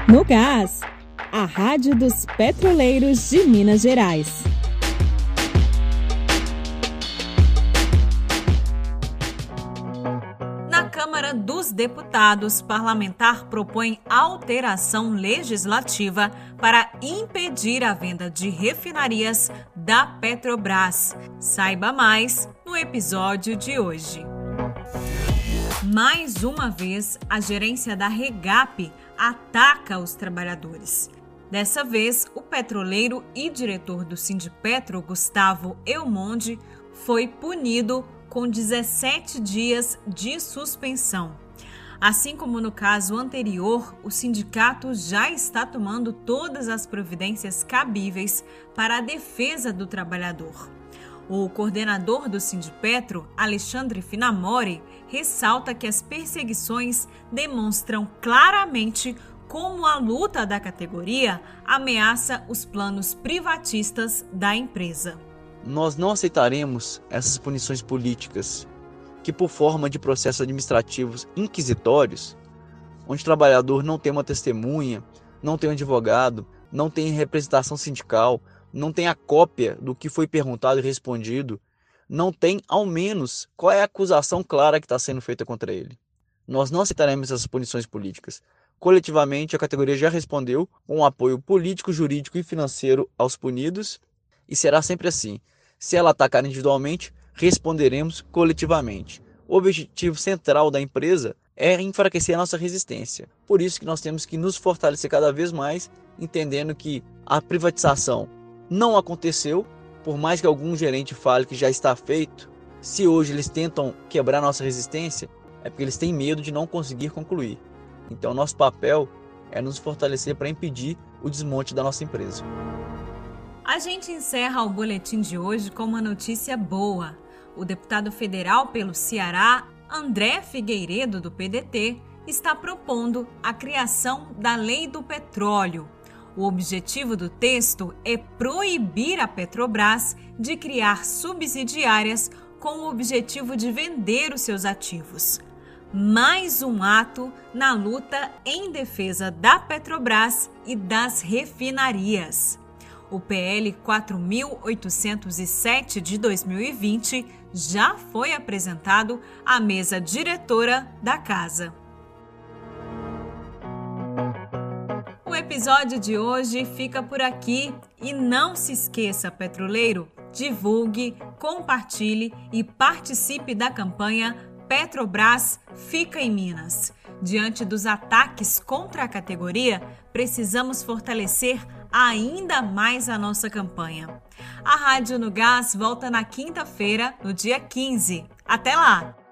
No Gás, a Rádio dos Petroleiros de Minas Gerais. Na Câmara dos Deputados, parlamentar propõe alteração legislativa para impedir a venda de refinarias da Petrobras. Saiba mais no episódio de hoje. Mais uma vez, a gerência da REGAP ataca os trabalhadores. Dessa vez, o petroleiro e diretor do Sindipetro, Gustavo Elmonde, foi punido com 17 dias de suspensão. Assim como no caso anterior, o sindicato já está tomando todas as providências cabíveis para a defesa do trabalhador. O coordenador do Sindipetro, Alexandre Finamori, ressalta que as perseguições demonstram claramente como a luta da categoria ameaça os planos privatistas da empresa. Nós não aceitaremos essas punições políticas que, por forma de processos administrativos inquisitórios, onde o trabalhador não tem uma testemunha, não tem um advogado, não tem representação sindical, não tem a cópia do que foi perguntado e respondido, não tem, ao menos, qual é a acusação clara que está sendo feita contra ele. Nós não aceitaremos essas punições políticas. Coletivamente, a categoria já respondeu com um apoio político, jurídico e financeiro aos punidos, e será sempre assim. Se ela atacar individualmente, responderemos coletivamente. O objetivo central da empresa é enfraquecer a nossa resistência. Por isso que nós temos que nos fortalecer cada vez mais, entendendo que a privatização não aconteceu, por mais que algum gerente fale que já está feito. Se hoje eles tentam quebrar nossa resistência, é porque eles têm medo de não conseguir concluir. Então nosso papel é nos fortalecer para impedir o desmonte da nossa empresa. A gente encerra o boletim de hoje com uma notícia boa. O deputado federal pelo Ceará, André Figueiredo, do PDT, está propondo a criação da Lei do Petróleo. O objetivo do texto é proibir a Petrobras de criar subsidiárias com o objetivo de vender os seus ativos. Mais um ato na luta em defesa da Petrobras e das refinarias. O PL 4.807 de 2020 já foi apresentado à mesa diretora da Casa. O episódio de hoje fica por aqui e não se esqueça, petroleiro, divulgue, compartilhe e participe da campanha Petrobras Fica em Minas. Diante dos ataques contra a categoria, precisamos fortalecer ainda mais a nossa campanha. A Rádio no Gás volta na quinta-feira, no dia 15. Até lá!